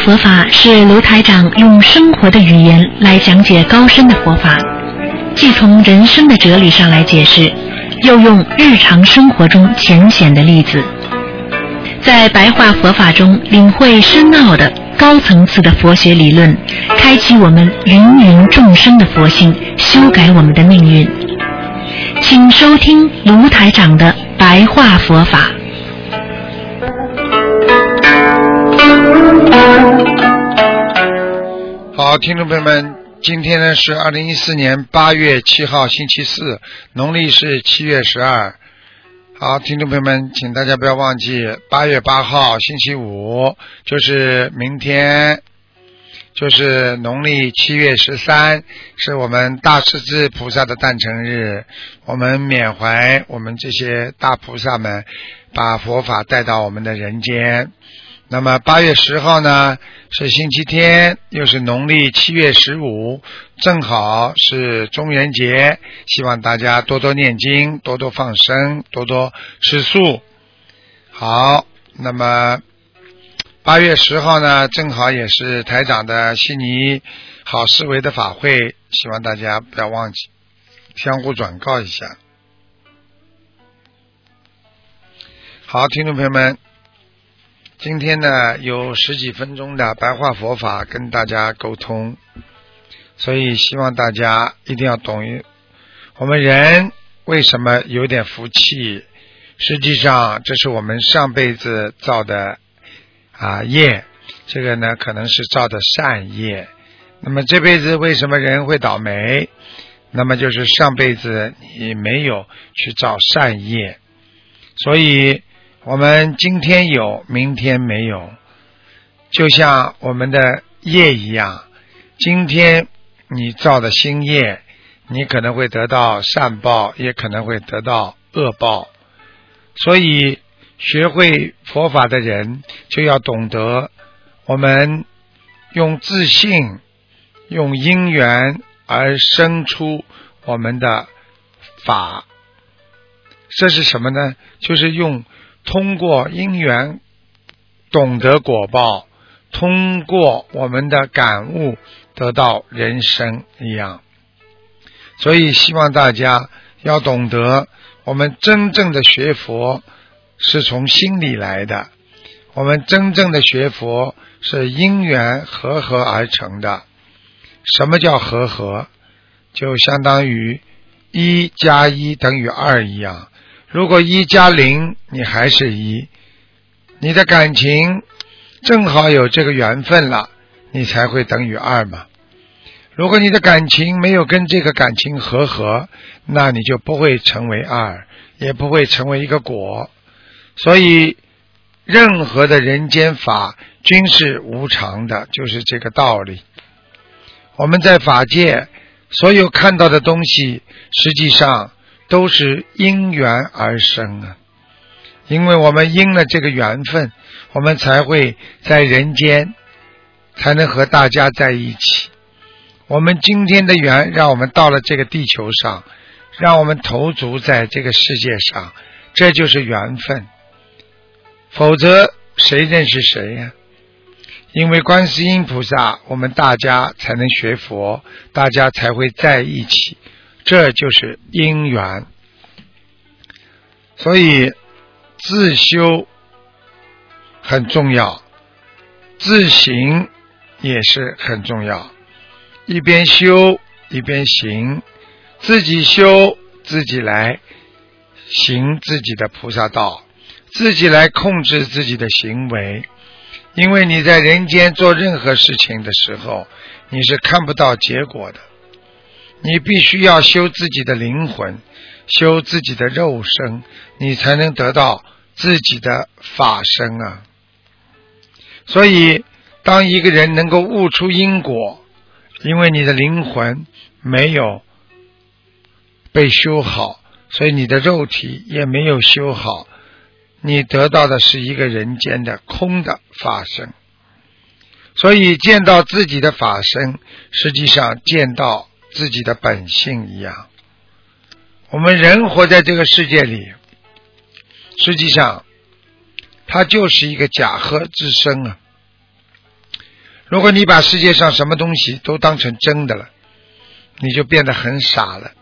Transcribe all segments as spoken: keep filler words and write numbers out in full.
佛法是卢台长用生活的语言来讲解高深的佛法，既从人生的哲理上来解释，又用日常生活中浅显的例子，在白话佛法中领会深奥的高层次的佛学理论，开启我们芸芸众生的佛性，修改我们的命运。请收听卢台长的白话佛法。 好，听众朋友们，今天呢是二零一四年八月七号星期四，农历是七月十二。好，听众朋友们，请大家不要忘记八月八号星期五就是明天，就是农历七月十三，是我们大势至菩萨的诞辰日。我们缅怀我们这些大菩萨们把佛法带到我们的人间。那么八月十号呢是星期天，又是农历七月十五，正好是中元节，希望大家多多念经，多多放生，多多吃素。好，那么八月十号呢正好也是台长的悉尼好思维的法会，希望大家不要忘记相互转告一下。好，听众朋友们，今天呢有十几分钟的白话佛法跟大家沟通，所以希望大家一定要懂我们人为什么有点福气，实际上这是我们上辈子造的啊业，这个呢可能是造的善业。那么这辈子为什么人会倒霉，那么就是上辈子你没有去造善业，所以我们今天有明天没有，就像我们的业一样，今天你造的新业，你可能会得到善报，也可能会得到恶报。所以学会佛法的人就要懂得，我们用自信，用因缘而生出我们的法。这是什么呢？就是用通过因缘懂得果报，通过我们的感悟得到人生一样。所以希望大家要懂得，我们真正的学佛是从心里来的，我们真正的学佛是因缘和合而成的。什么叫和合？就相当于一加一等于二一样，如果一加零你还是一，你的感情正好有这个缘分了，你才会等于二嘛。如果你的感情没有跟这个感情和合，那你就不会成为二，也不会成为一个果。所以任何的人间法均是无常的，就是这个道理。我们在法界所有看到的东西，实际上都是因缘而生啊，因为我们因了这个缘分，我们才会在人间，才能和大家在一起。我们今天的缘让我们到了这个地球上，让我们投足在这个世界上，这就是缘分。否则谁认识谁呀？因为观世音菩萨，我们大家才能学佛，大家才会在一起，这就是因缘。所以自修很重要，自行也是很重要，一边修一边行，自己修自己来行自己的菩萨道，自己来控制自己的行为。因为你在人间做任何事情的时候，你是看不到结果的，你必须要修自己的灵魂，修自己的肉身，你才能得到自己的法身啊。所以当一个人能够悟出因果，因为你的灵魂没有被修好，所以你的肉体也没有修好，你得到的是一个人间的空的法身。所以见到自己的法身，实际上见到自己的本性一样。我们人活在这个世界里，实际上它就是一个假合之身啊。 如果你把世界上什么东西都当成真的了，你就变得很傻了。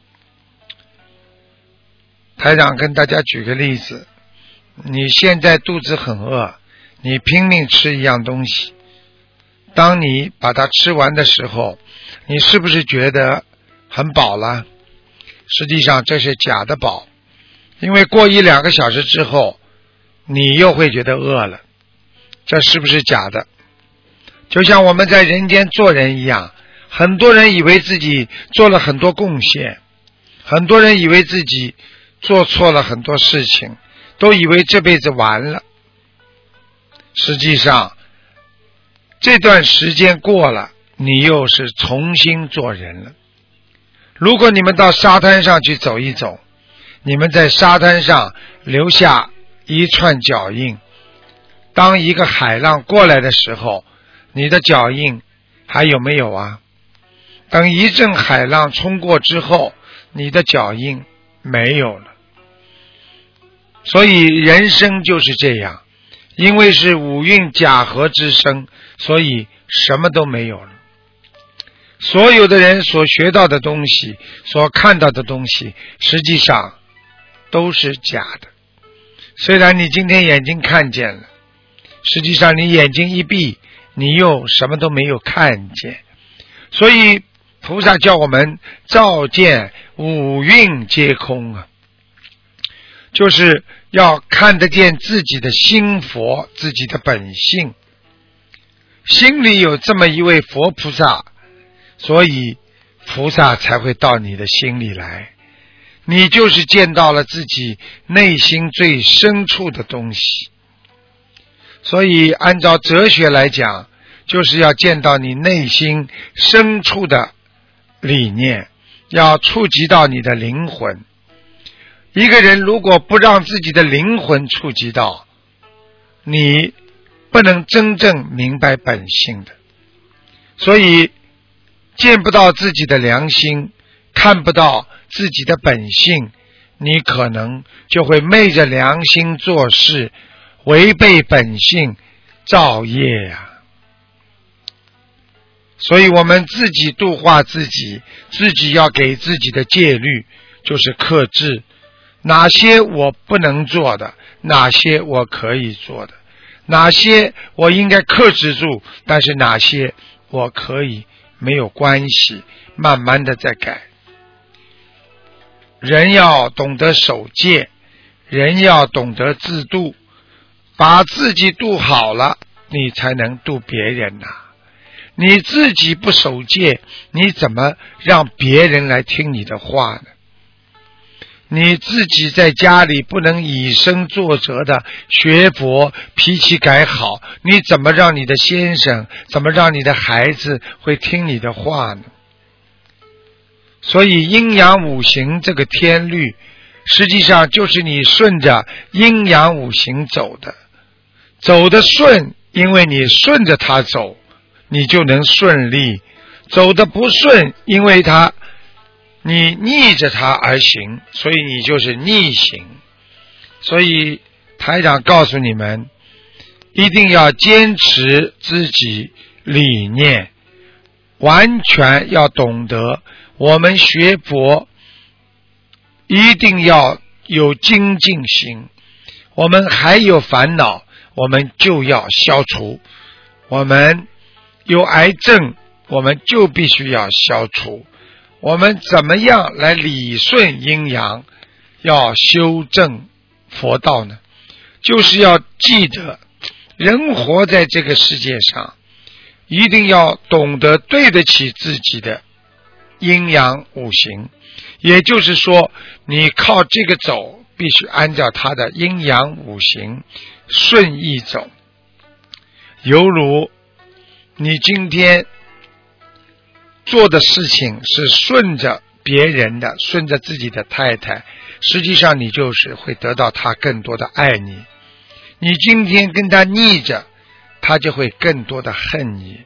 台长跟大家举个例子，你现在肚子很饿，你拼命吃一样东西，当你把它吃完的时候，你是不是觉得很饱了？实际上这是假的饱，因为过一两个小时之后你又会觉得饿了，这是不是假的？就像我们在人间做人一样，很多人以为自己做了很多贡献，很多人以为自己做错了很多事情，都以为这辈子完了。实际上这段时间过了，你又是重新做人了。如果你们到沙滩上去走一走，你们在沙滩上留下一串脚印，当一个海浪过来的时候，你的脚印还有没有啊？等一阵海浪冲过之后，你的脚印没有了。所以人生就是这样，因为是五蕴假合之生，所以什么都没有了。所有的人所学到的东西，所看到的东西，实际上都是假的。虽然你今天眼睛看见了，实际上你眼睛一闭，你又什么都没有看见。所以菩萨叫我们照见五蕴皆空啊，就是要看得见自己的心佛，自己的本性。心里有这么一位佛菩萨，所以菩萨才会到你的心里来，你就是见到了自己内心最深处的东西。所以按照哲学来讲，就是要见到你内心深处的理念，要触及到你的灵魂。一个人如果不让自己的灵魂触及到，你不能真正明白本性的。所以见不到自己的良心，看不到自己的本性，你可能就会昧着良心做事，违背本性，造业啊。所以我们自己度化自己，自己要给自己的戒律就是克制，哪些我不能做的，哪些我可以做的，哪些我应该克制住，但是哪些我可以没有关系，慢慢的再改。人要懂得守戒，人要懂得自度，把自己度好了，你才能度别人呐、啊。你自己不守戒，你怎么让别人来听你的话呢？你自己在家里不能以身作则的学佛，脾气改好，你怎么让你的先生，怎么让你的孩子会听你的话呢？所以阴阳五行这个天律，实际上就是你顺着阴阳五行走的，走得顺，因为你顺着它走，你就能顺利；走得不顺，因为它你逆着它而行，所以你就是逆行。所以台长告诉你们，一定要坚持自己理念，完全要懂得，我们学佛一定要有精进心，我们还有烦恼，我们就要消除，我们有癌症，我们就必须要消除。我们怎么样来理顺阴阳，要修正佛道呢？就是要记得，人活在这个世界上，一定要懂得对得起自己的阴阳五行，也就是说，你靠这个走，必须按照它的阴阳五行顺意走。犹如你今天做的事情是顺着别人的，顺着自己的太太，实际上你就是会得到他更多的爱你。你今天跟他逆着，他就会更多的恨你。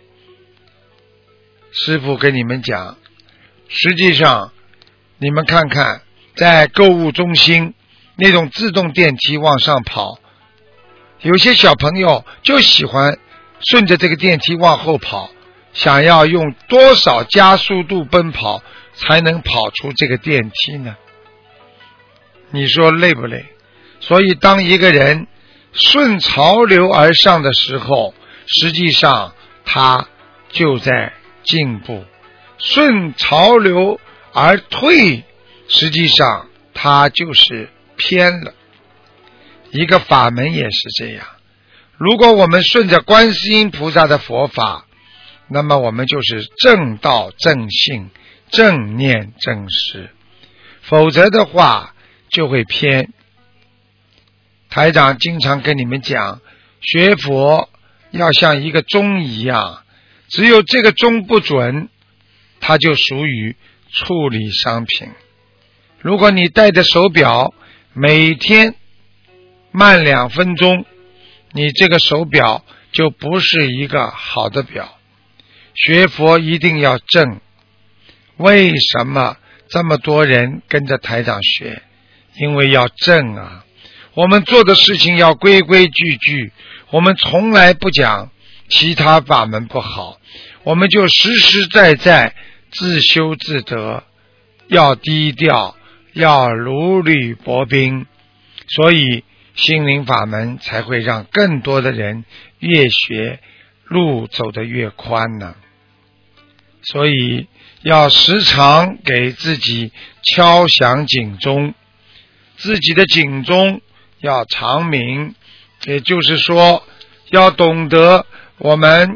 师父跟你们讲，实际上你们看看，在购物中心那种自动电梯往上跑，有些小朋友就喜欢顺着这个电梯往后跑，想要用多少加速度奔跑才能跑出这个电梯呢？你说累不累？所以当一个人顺潮流而上的时候，实际上他就在进步；顺潮流而退，实际上他就是偏了。一个法门也是这样，如果我们顺着观世音菩萨的佛法，那么我们就是正道正信，正念正实，否则的话就会偏。台长经常跟你们讲，学佛要像一个钟一样，只有这个钟不准，它就属于处理商品。如果你戴的手表每天慢两分钟，你这个手表就不是一个好的表。学佛一定要正。为什么这么多人跟着台长学？因为要正啊。我们做的事情要规规矩矩，我们从来不讲其他法门不好，我们就实实在在自修自得，要低调，要如履薄冰，所以心灵法门才会让更多的人越学路走得越宽呢。所以要时常给自己敲响警钟，自己的警钟要长鸣，也就是说要懂得我们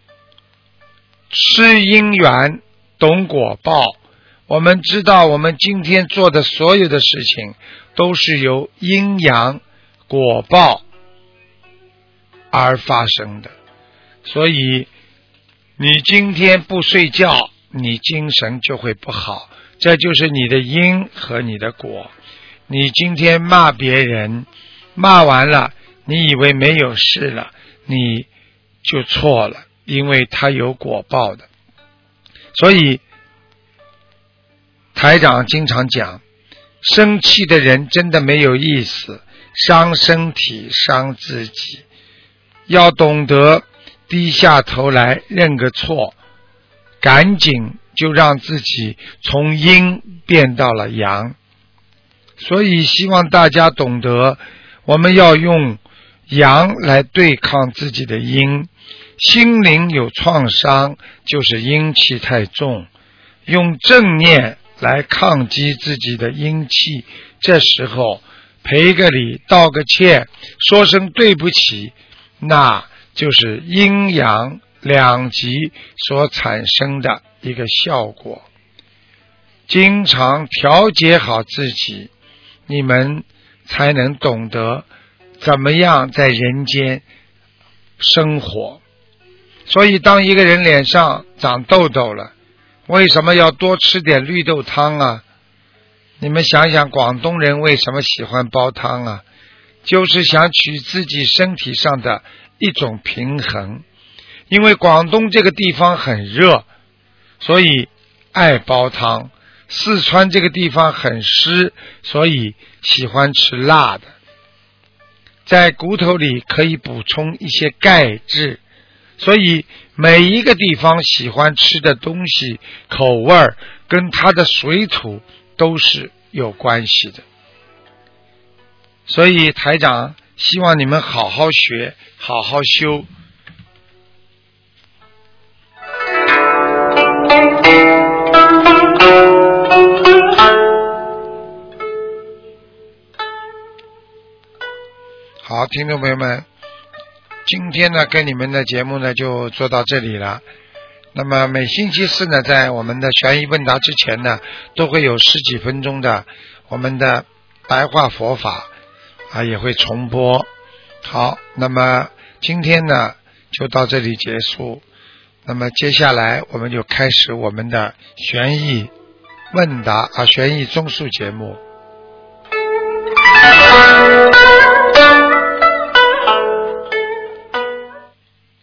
吃因缘懂果报，我们知道我们今天做的所有的事情都是由阴阳果报而发生的，所以你今天不睡觉，你精神就会不好，这就是你的因和你的果。你今天骂别人，骂完了你以为没有事了，你就错了，因为它有果报的。所以台长经常讲，生气的人真的没有意思，伤身体伤自己，要懂得低下头来认个错，赶紧就让自己从阴变到了阳。所以希望大家懂得，我们要用阳来对抗自己的阴，心灵有创伤就是阴气太重，用正念来抗击自己的阴气，这时候赔个礼道个歉说声对不起，那就是阴阳两极所产生的一个效果。经常调节好自己，你们才能懂得怎么样在人间生活。所以当一个人脸上长痘痘了，为什么要多吃点绿豆汤啊？你们想想广东人为什么喜欢煲汤啊？就是想取自己身体上的一种平衡。因为广东这个地方很热，所以爱煲汤。四川这个地方很湿，所以喜欢吃辣的。在骨头里可以补充一些钙质，所以每一个地方喜欢吃的东西口味儿跟它的水土都是有关系的。所以台长希望你们好好学，好好修。好，听众朋友们，今天呢跟你们的节目呢就做到这里了。那么每星期四呢，在我们的悬疑问答之前呢，都会有十几分钟的我们的白话佛法啊，也会重播。好，那么今天呢就到这里结束。那么接下来我们就开始我们的悬疑问答啊，悬疑综述节目。